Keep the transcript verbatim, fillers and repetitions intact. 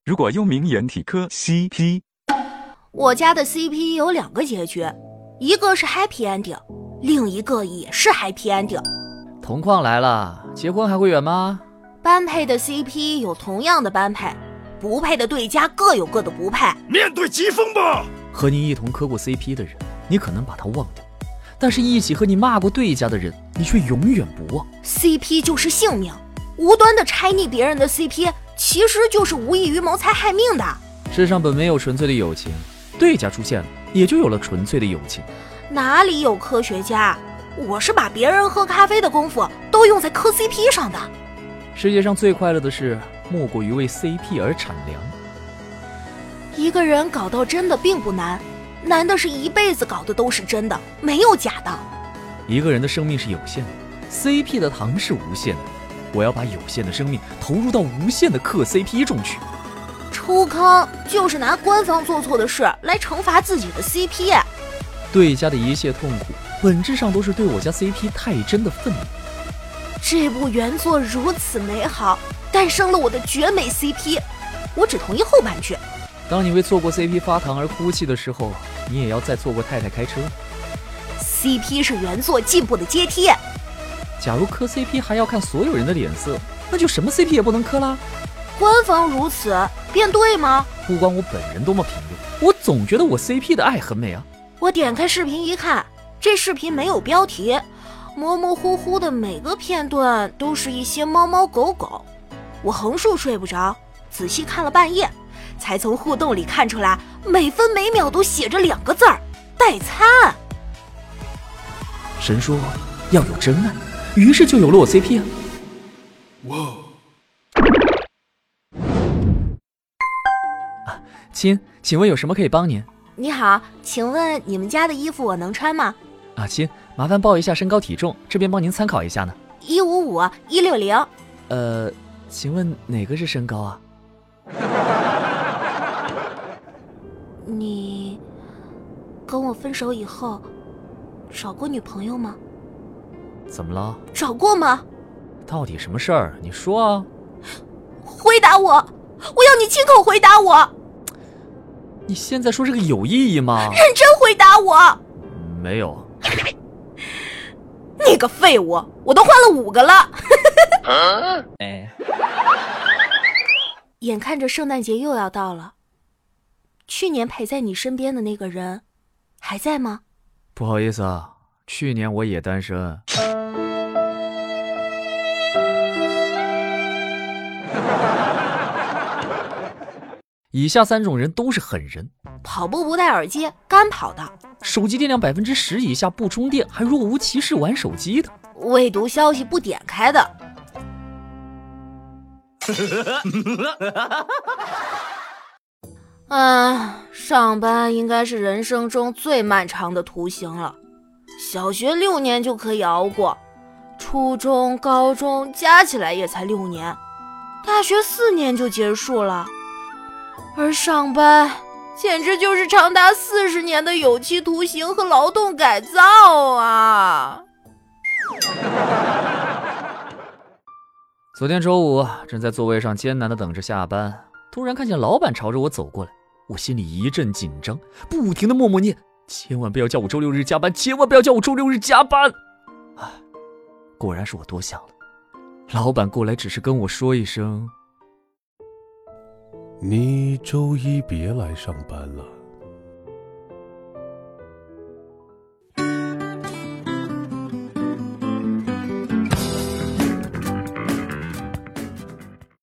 如果又名原体科 C P。 我家的 C P 有两个结局，一个是 happy ending， 另一个也是 happy ending。 同框来了，结婚还会远吗？ 般配的 C P 有同样的般配，不配的对家各有各的不配。 面对疾风吧！ 和你一同磕过 C P 的人，你可能把他忘掉，但是一起和你骂过对家的人，你却永远不忘。 C P 就是性命，无端的拆腻别人的 C P， 其实就是无异于谋财害命的。 世上本没有纯粹的友情，对家出现了，也就有了纯粹的友情。 哪里有科学家？我是把别人喝咖啡的功夫都用在磕 C P 上的。 世界上最快乐的事，莫过于为 C P 而产粮。 一个人搞到真的并不难，难的是一辈子搞的都是真的，没有假的。 一个人的生命是有限的， C P 的糖是无限的。我要把有限的生命投入到无限的磕 C P 中去。 出坑就是拿官方做错的事来惩罚自己的 C P。 对家的一切痛苦，本质上都是对我家 C P 太真的愤怒。 这部原作如此美好，诞生了我的绝美 C P， 我只同意后半句。 当你为错过 C P 发糖而哭泣的时候，你也要再错过太太开车。 C P 是原作进步的阶梯。 假如磕 C P 还要看所有人的脸色，那就什么 C P 也不能磕啦。 官方如此，便对吗？ 不管我本人多么评论，我总觉得我 C P 的爱很美啊。 我点开视频一看，这视频没有标题，模模糊糊的每个片段都是一些猫猫狗狗。我横竖睡不着，仔细看了半夜，才从互动里看出来，每分每秒都写着两个字儿：代餐。 神说要有真爱，于是就有了我 C P 啊。 哇！ 啊，亲，请问有什么可以帮您？ 你好，请问你们家的衣服我能穿吗？ 啊，亲，麻烦报一下身高体重，这边帮您参考一下呢。 一五五一六零。 呃，请问哪个是身高啊？ 你跟我分手以后找过女朋友吗？ 怎么了？ 找过吗？ 到底什么事儿？你说啊。 回答我，我要你亲口回答我。 你现在说这个有意义吗？ 认真回答我。 没有。 你个废物，我都换了五个了。 哎， 眼看着圣诞节又要到了，去年陪在你身边的那个人还在吗？ 不好意思啊，去年我也单身。以下三种人都是狠人： 跑步不戴耳机干跑的， 手机电量百分之十以下不充电还若无其事玩手机的， 未读消息不点开的。啊，上班应该是人生中最漫长的途行了。小学六年就可以熬过，初中、高中加起来也才六年，大学四年就结束了。而上班简直就是长达四十年的有期徒刑和劳动改造啊！ 昨天周五，正在座位上艰难地等着下班，突然看见老板朝着我走过来，我心里一阵紧张，不停地默默念：千万不要叫我周六日加班，千万不要叫我周六日加班。唉，果然是我多想了。老板过来只是跟我说一声： 你周一别来上班了。